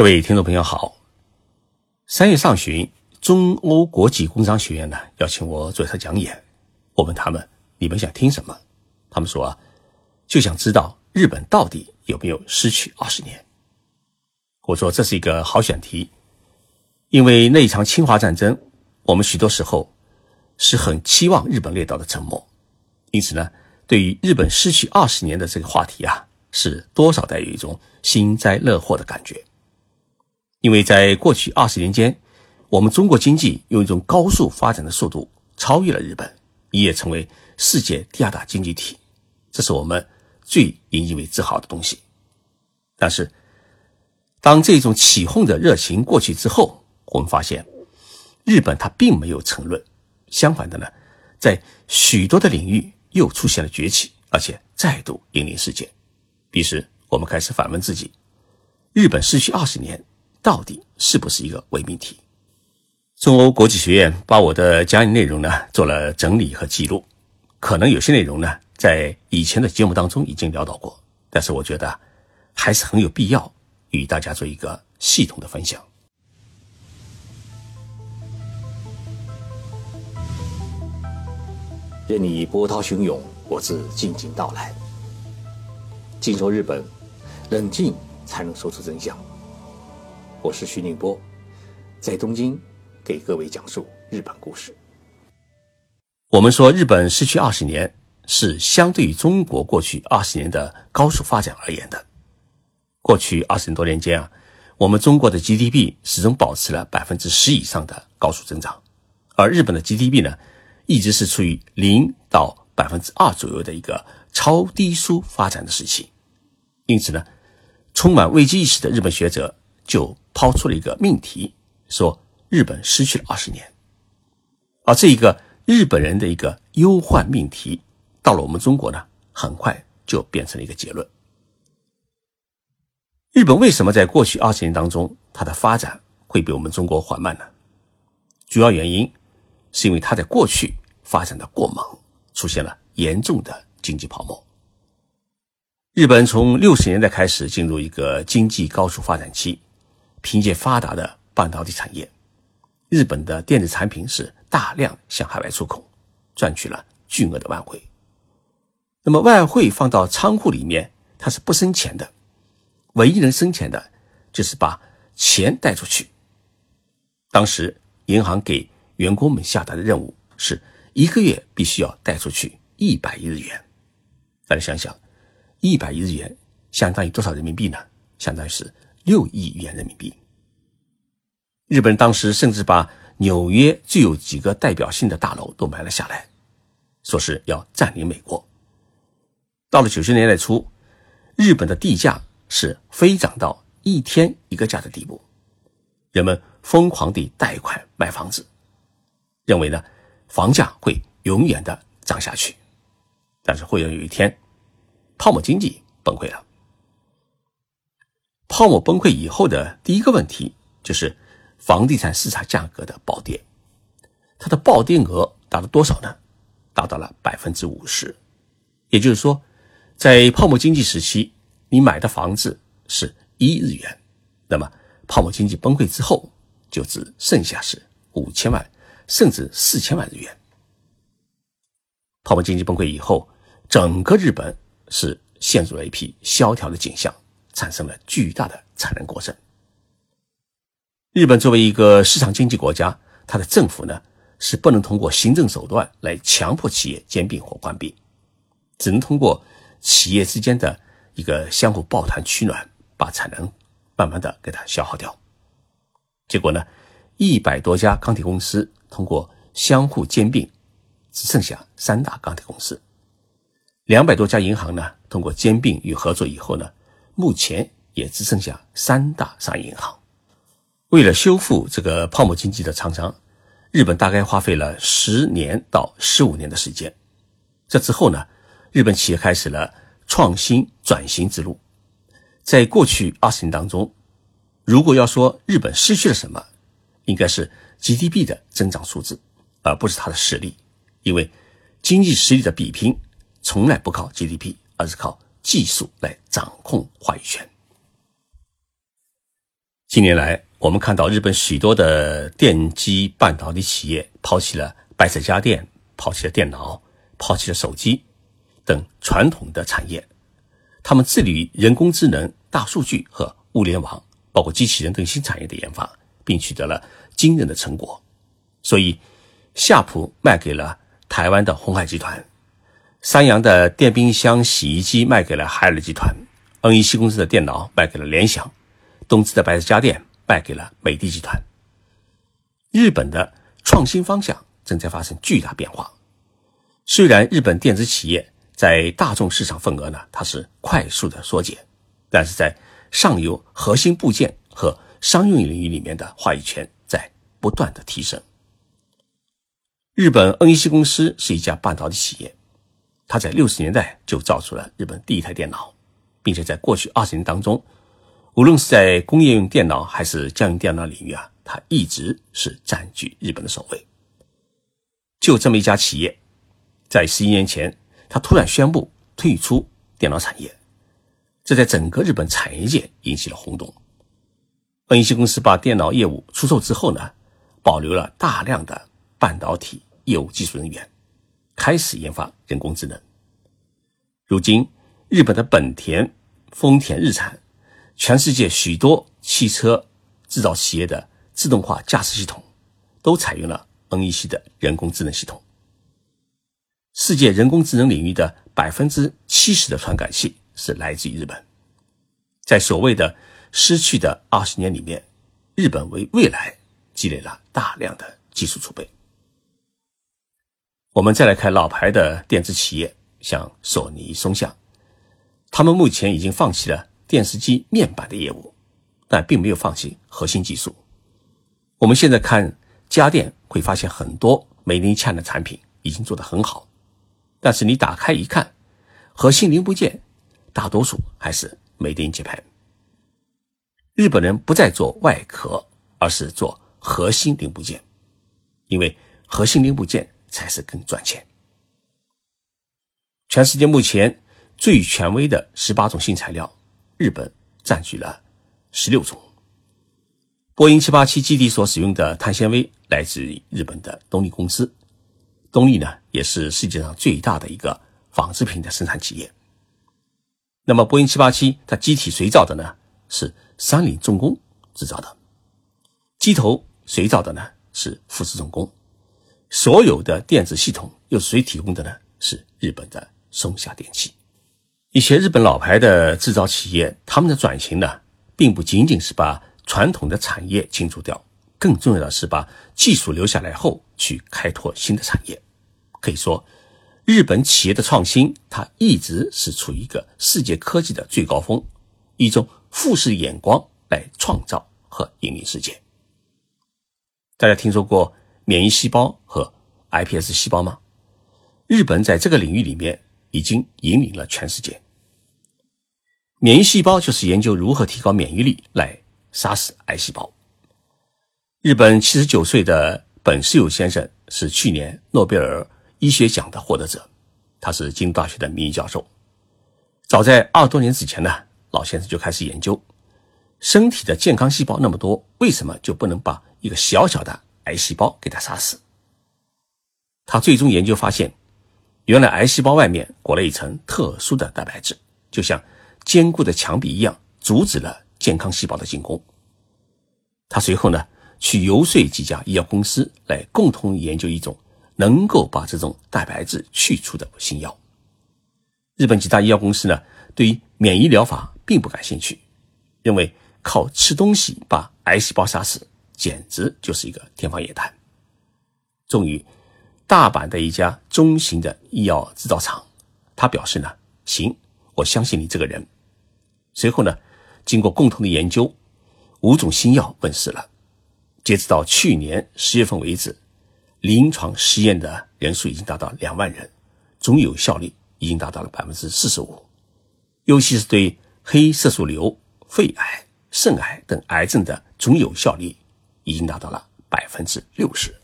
各位听众朋友好，3月上旬，中欧国际工商学院呢邀请我做一场讲演。我问他们，你们想听什么？他们说就想知道日本到底有没有失去20年。我说这是一个好选题，因为那一场侵华战争，我们许多时候是很期望日本列岛的沉没，因此呢，对于日本失去20年的这个话题是多少带有一种幸灾乐祸的感觉。因为在过去20年间，我们中国经济用一种高速发展的速度超越了日本，一跃成为世界第2大经济体，这是我们最引以为自豪的东西。但是当这种起哄的热情过去之后，我们发现日本它并没有沉沦，相反的呢，在许多的领域又出现了崛起，而且再度引领世界。于是我们开始反问自己，日本失去20年到底是不是一个伪命题？中欧国际学院把我的讲演内容呢做了整理和记录，可能有些内容呢在以前的节目当中已经聊到过，但是我觉得还是很有必要与大家做一个系统的分享。 任你波涛汹涌，我自静静到来。静说日本，冷静才能说出真相。我是徐宁波，在东京给各位讲述日本故事。 我们说日本失去20年是相对于中国过去20年的高速发展而言的。过去20多年间我们中国的 GDP 始终保持了10%以上的高速增长，而日本的 GDP 呢一直是处于0到2%左右的一个超低速发展的时期。因此呢，充满危机意识的日本学者就抛出了一个命题，说日本失去了20年。而这一个日本人的一个忧患命题，到了我们中国呢，很快就变成了一个结论。日本为什么在过去20年当中，它的发展会比我们中国缓慢呢？主要原因是因为它在过去发展的过猛，出现了严重的经济泡沫。日本从60年代开始进入一个经济高速发展期，凭借发达的半导体产业，日本的电子产品是大量向海外出口，赚取了巨额的外汇。那么外汇放到仓库里面，它是不生钱的，唯一能生钱的就是把钱带出去。当时银行给员工们下达的任务是1个月必须要带出去100亿日元。大家想想，100亿日元相当于多少人民币呢？相当于是6亿元人民币。日本人当时甚至把纽约最有几个代表性的大楼都买了下来，说是要占领美国。到了90年代初，日本的地价是飞涨到1天1个价的地步，人们疯狂地贷款买房子，认为呢房价会永远的涨下去。但是会有一天，泡沫经济崩溃了。泡沫崩溃以后的第一个问题就是房地产市场价格的暴跌，它的暴跌额达到多少呢？达到了 50%。 也就是说，在泡沫经济时期，你买的房子是1日元，那么泡沫经济崩溃之后，就只剩下是5000万甚至4000万日元。泡沫经济崩溃以后，整个日本是陷入了一批萧条的景象，产生了巨大的产能过剩。日本作为一个市场经济国家，它的政府呢是不能通过行政手段来强迫企业兼并或关闭，只能通过企业之间的一个相互抱团取暖，把产能慢慢的给它消耗掉。结果呢，100多家钢铁公司通过相互兼并，只剩下3大钢铁公司。200多家银行呢，通过兼并与合作以后呢，目前也只剩下3大商业银行。为了修复这个泡沫经济的创伤，日本大概花费了10年到15年的时间。这之后呢，日本企业开始了创新转型之路。在过去20年当中，如果要说日本失去了什么，应该是 GDP 的增长数字，而不是它的实力。因为经济实力的比拼从来不靠 GDP， 而是靠技术来掌控话语权。 近年来，我们看到日本许多的电机半导体企业抛弃了白色家电，抛弃了电脑，抛弃了手机等传统的产业，他们致力于人工智能、大数据和物联网，包括机器人等新产业的研发，并取得了惊人的成果。所以夏普卖给了台湾的鸿海集团，三洋的电冰箱、洗衣机卖给了海尔集团，恩仪系公司的电脑卖给了联想，东芝的白色家电卖给了美的集团。日本的创新方向正在发生巨大变化。虽然日本电子企业在大众市场份额呢，它是快速的缩减，但是在上游核心部件和商用领域里面的话语权在不断的提升。日本恩仪系公司是一家半导体企业，它在60年代就造出了日本第一台电脑，并且在过去20年当中，无论是在工业用电脑还是家用电脑领域它一直是占据日本的首位。就这么一家企业，在11年前，它突然宣布退出电脑产业，这在整个日本产业界引起了轰动。恩仪系公司把电脑业务出售之后呢，保留了大量的半导体业务技术人员，开始研发人工智能。如今，日本的本田、丰田、日产，全世界许多汽车制造企业的自动化驾驶系统都采用了恩仪系的人工智能系统。世界人工智能领域的 70% 的传感器是来自于日本。在所谓的失去的20年里面，日本为未来积累了大量的技术储备。我们再来看老牌的电子企业，像索尼、松下，他们目前已经放弃了电视机面板的业务，但并没有放弃核心技术。我们现在看家电会发现很多Made in China的产品已经做得很好，但是你打开一看，核心零部件大多数还是Made in Japan。日本人不再做外壳，而是做核心零部件，因为核心零部件才是更赚钱。全世界目前最权威的18种新材料，日本占据了16种。波音787基地所使用的碳纤维来自于日本的东丽公司，东丽呢也是世界上最大的一个纺织品的生产企业。那么波音787它机体谁造的呢？是三菱重工制造的。机头谁造的呢？是富士重工。所有的电子系统又是谁提供的呢？是日本的松下电器。一些日本老牌的制造企业，他们的转型呢，并不仅仅是把传统的产业清除掉，更重要的是把技术留下来后去开拓新的产业。可以说，日本企业的创新，它一直是处于一个世界科技的最高峰，一种富士眼光来创造和引领世界。大家听说过免疫细胞和 iPS 细胞吗？日本在这个领域里面已经引领了全世界。免疫细胞就是研究如何提高免疫力来杀死癌细胞。日本79岁的本世友先生是去年诺贝尔医学奖的获得者，他是京都大学的名誉教授。早在20多年之前呢，老先生就开始研究身体的健康细胞那么多，为什么就不能把一个小小的癌细胞给它杀死？他最终研究发现，原来癌细胞外面裹了一层特殊的蛋白质，就像坚固的墙壁一样，阻止了健康细胞的进攻。他随后呢，去游说几家医药公司来共同研究一种能够把这种蛋白质去除的新药。日本几大医药公司呢，对于免疫疗法并不感兴趣，认为靠吃东西把癌细胞杀死简直就是一个天方夜谭。终于大阪的一家中型的医药制造厂，他表示呢，行，我相信你这个人。随后呢，经过共同的研究，5种新药问世了。截止到去年10月份为止，临床实验的人数已经达到2万人，总有效率已经达到了 45%。 尤其是对黑色素瘤、肺癌、肾癌等癌症的总有效率已经达到了 60%。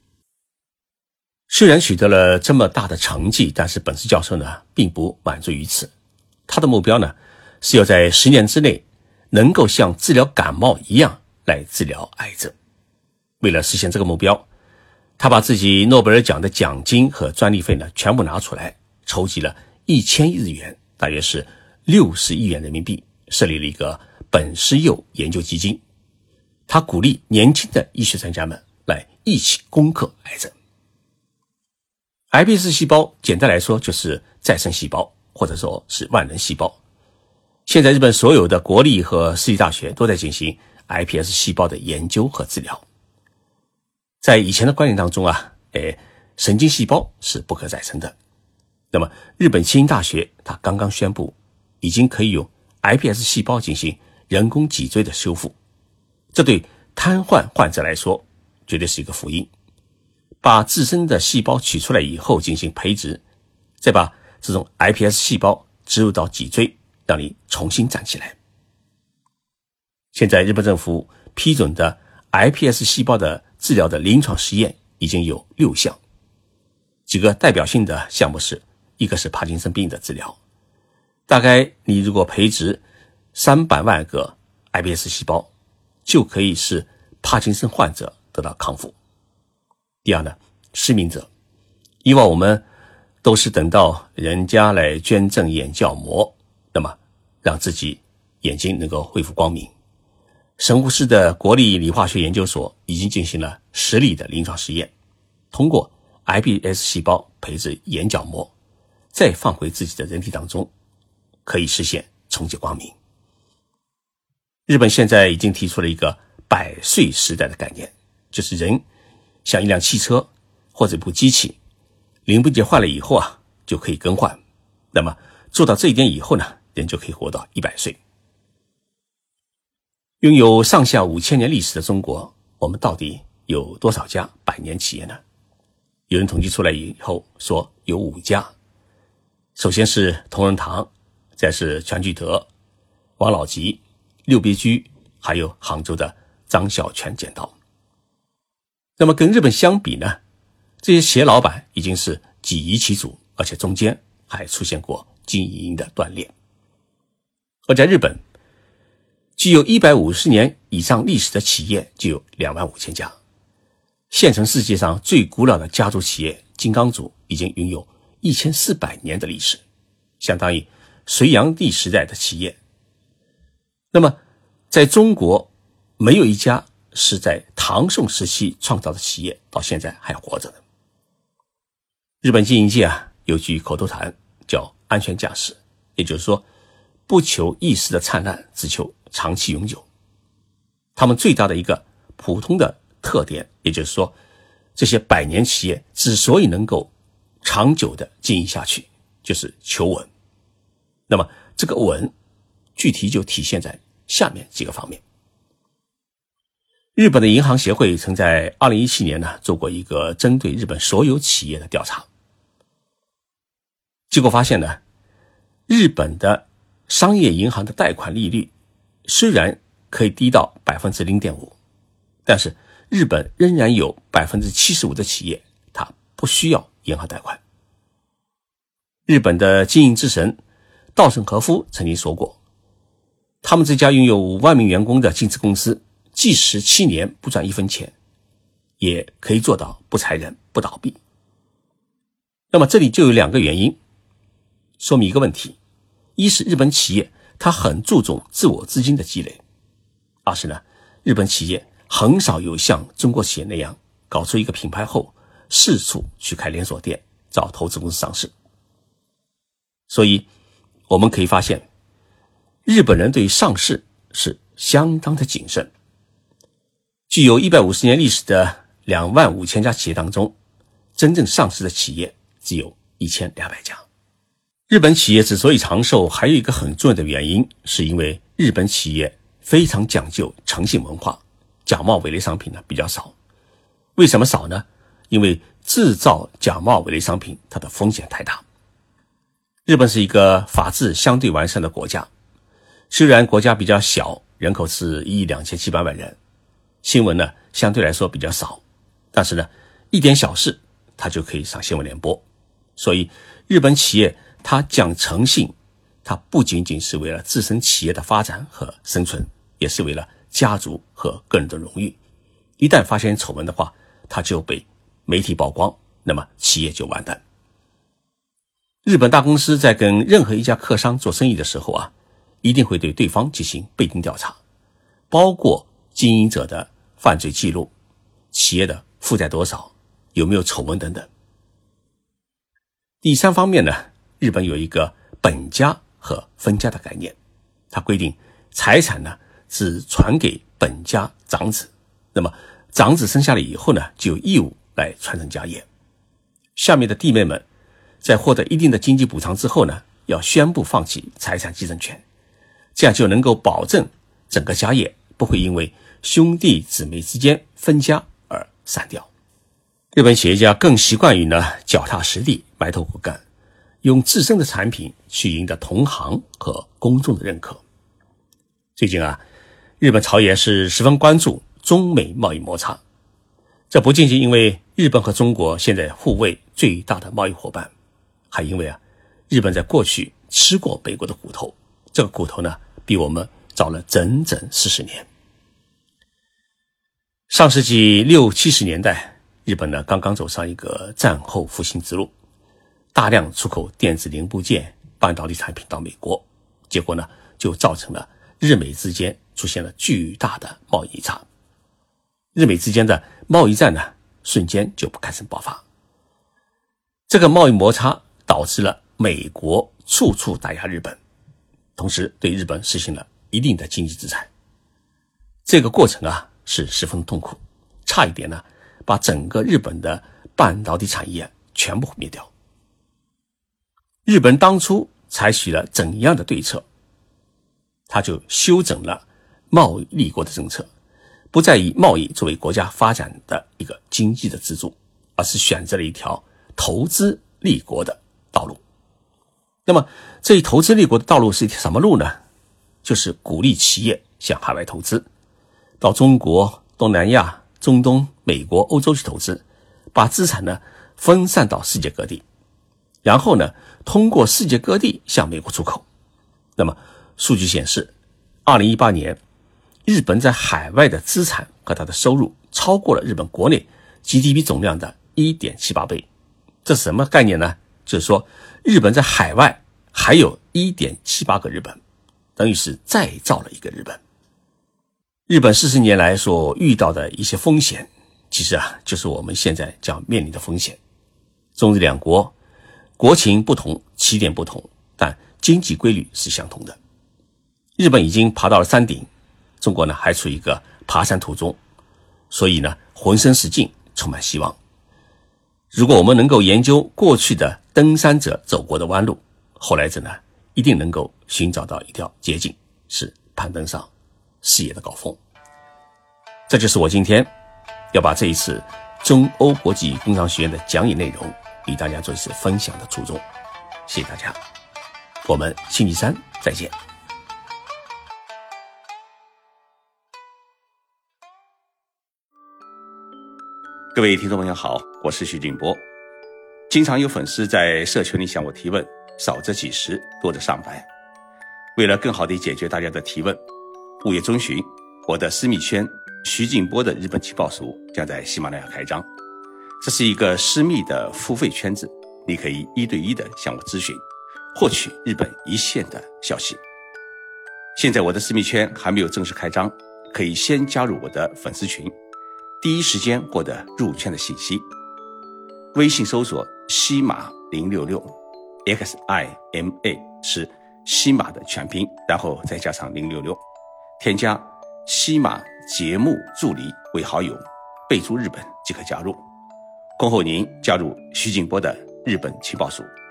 虽然取得了这么大的成绩，但是本次教授呢并不满足于此。他的目标呢是要在10年之内能够像治疗感冒一样来治疗癌症。为了实现这个目标，他把自己诺贝尔奖的奖金和专利费呢全部拿出来，筹集了1000亿日元，大约是60亿元人民币，设立了一个本施佑研究基金。他鼓励年轻的医学专家们来一起攻克癌症。iPS 细胞简单来说就是再生细胞，或者说是万能细胞。现在日本所有的国立和私立大学都在进行 iPS 细胞的研究和治疗。在以前的观念当中神经细胞是不可再生的。那么日本庆应大学它刚刚宣布已经可以用 iPS 细胞进行人工脊椎的修复，这对瘫痪患者来说绝对是一个福音。把自身的细胞取出来以后进行培植，再把这种 iPS 细胞植入到脊椎，让你重新站起来。现在日本政府批准的 iPS 细胞的治疗的临床实验已经有6项，几个代表性的项目是，一个是帕金森病的治疗，大概你如果培植300万个 iPS 细胞，就可以使帕金森患者得到康复。第二呢，失明者，以往我们都是等到人家来捐赠眼角膜，那么让自己眼睛能够恢复光明。神户市的国立理化学研究所已经进行了10例的临床实验，通过 iPS 细胞培植眼角膜，再放回自己的人体当中，可以实现重见光明。日本现在已经提出了一个100岁时代的概念，就是人像一辆汽车或者一部机器，零部件坏了以后就可以更换。那么做到这一点以后呢，人就可以活到100岁。拥有上下5000年历史的中国，我们到底有多少家100年企业呢？有人统计出来以后说有5家。首先是同仁堂，再是全聚德、王老吉、六必居，还有杭州的张小泉剪刀。那么跟日本相比呢，这些企业老板已经是几夷其主，而且中间还出现过经营的断裂。而在日本，具有150年以上历史的企业就有25000家。现存世界上最古老的家族企业金刚组已经拥有1400年的历史，相当于隋炀帝时代的企业。那么在中国，没有一家是在唐宋时期创造的企业到现在还活着的。日本经营界有句口头禅叫安全驾驶，也就是说不求一时的灿烂，只求长期永久。他们最大的一个普通的特点，也就是说这些100年企业之所以能够长久的经营下去，就是求稳。那么这个稳具体就体现在下面几个方面。日本的银行协会曾在2017年做过一个针对日本所有企业的调查，结果发现日本的商业银行的贷款利率虽然可以低到 0.5%， 但是日本仍然有 75% 的企业它不需要银行贷款。日本的经营之神稻盛和夫曾经说过，他们这家拥有5万名员工的经纪公司，即使7年不赚1分钱，也可以做到不裁人不倒闭。那么这里就有2个原因，说明一个问题：一是日本企业它很注重自我资金的积累；二是日本企业很少有像中国企业那样搞出一个品牌后四处去开连锁店，找投资公司上市。所以我们可以发现，日本人对于上市是相当的谨慎。具有150年历史的25000家企业当中，真正上市的企业只有1200家。日本企业之所以长寿，还有一个很重要的原因，是因为日本企业非常讲究诚信文化，假冒伪劣商品比较少。为什么少呢？因为制造假冒伪劣商品它的风险太大。日本是一个法治相对完善的国家，虽然国家比较小，人口是1亿2700万人，新闻相对来说比较少，但是一点小事它就可以上新闻联播。所以日本企业它讲诚信，它不仅仅是为了自身企业的发展和生存，也是为了家族和个人的荣誉。一旦发现丑闻的话，他就被媒体曝光，那么企业就完蛋。日本大公司在跟任何一家客商做生意的时候一定会对对方进行背景调查，包括经营者的犯罪记录、企业的负债多少、有没有丑闻等等。第三方面呢，日本有一个本家和分家的概念，它规定财产呢只传给本家长子，那么长子生下来以后呢，就有义务来传承家业。下面的弟妹们在获得一定的经济补偿之后呢，要宣布放弃财产继承权，这样就能够保证整个家业不会因为兄弟姊妹之间分家而散掉。日本企业家更习惯于呢脚踏实地、埋头苦干，用自身的产品去赢得同行和公众的认可。最近日本朝野是十分关注中美贸易摩擦，这不仅仅因为日本和中国现在互为最大的贸易伙伴，还因为日本在过去吃过美国的苦头，这个苦头呢比我们早了整整40年。上世纪60、70年代，日本呢刚刚走上一个战后复兴之路，大量出口电子零部件、半导体产品到美国，结果呢就造成了日美之间出现了巨大的贸易差。日美之间的贸易战呢瞬间就不堪声爆发。这个贸易摩擦导致了美国处处打压日本，同时对日本实行了一定的经济制裁。这个过程是十分痛苦，差一点呢把整个日本的半导体产业全部灭掉。日本当初采取了怎样的对策？他就修整了贸易立国的政策，不再以贸易作为国家发展的一个经济的支柱，而是选择了一条投资立国的道路。那么这一投资立国的道路是一条什么路呢？就是鼓励企业向海外投资，到中国、东南亚、中东、美国、欧洲去投资，把资产呢分散到世界各地，然后呢通过世界各地向美国出口。那么数据显示，2018年日本在海外的资产和它的收入超过了日本国内 GDP 总量的 1.78 倍。这是什么概念呢？就是说日本在海外还有 1.78 个日本，等于是再造了一个日本。日本40年来所遇到的一些风险，其实就是我们现在将面临的风险。中日两国国情不同，起点不同，但经济规律是相同的。日本已经爬到了山顶，中国呢还处于一个爬山途中，所以呢浑身是劲，充满希望。如果我们能够研究过去的登山者走过的弯路，后来者呢一定能够寻找到一条捷径，是攀登上事业的高峰。这就是我今天要把这一次中欧国际工商学院的讲演内容与大家做一次分享的初衷。谢谢大家，我们星期三再见。各位听众朋友好，我是徐景波。经常有粉丝在社群里向我提问，少则几十，多则上百。为了更好地解决大家的提问，5月中旬，我的私密圈徐景波的日本情报署将在喜马拉雅开张。这是一个私密的付费圈子，你可以1对1的向我咨询，获取日本一线的消息。现在我的私密圈还没有正式开张，可以先加入我的粉丝群，第一时间获得入圈的信息。微信搜索西马066 XIMA 是西马的全拼，然后再加上066，添加西马节目助理为好友，备注日本即可加入。恭候您加入徐景波的日本情报署。